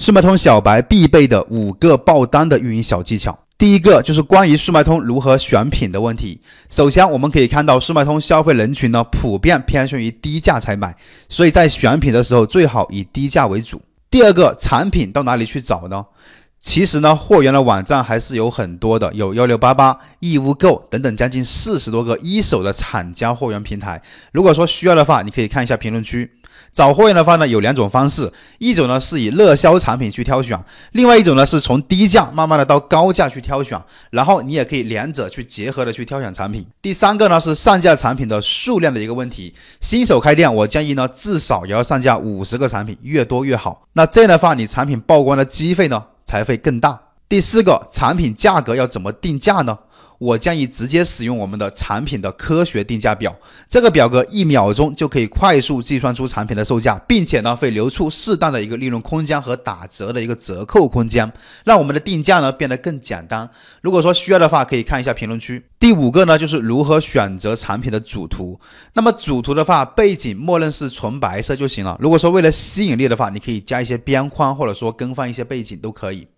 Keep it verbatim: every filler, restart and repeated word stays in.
速卖通小白必备的五个爆单的运营小技巧。第一个就是关于速卖通如何选品的问题。首先我们可以看到速卖通消费人群呢普遍偏向于低价才买，所以在选品的时候最好以低价为主。第二个，产品到哪里去找呢？其实呢，货源的网站还是有很多的，有一六八八、义乌购等等将近四十多个一手的厂家货源平台。如果说需要的话，你可以看一下评论区。找货源的话呢，有两种方式，一种呢是以热销产品去挑选，另外一种呢是从低价慢慢的到高价去挑选，然后你也可以两者去结合的去挑选产品。第三个呢是上架产品的数量的一个问题，新手开店我建议呢至少也要上架五十个产品，越多越好。那这样的话，你产品曝光的机会呢才会更大。第四个，产品价格要怎么定价呢？我建议直接使用我们的产品的科学定价表，这个表格一秒钟就可以快速计算出产品的售价，并且呢会留出适当的一个利润空间和打折的一个折扣空间，让我们的定价呢变得更简单。如果说需要的话，可以看一下评论区。第五个呢就是如何选择产品的主图。那么主图的话，背景默认是纯白色就行了。如果说为了吸引力的话，你可以加一些边框，或者说更换一些背景都可以。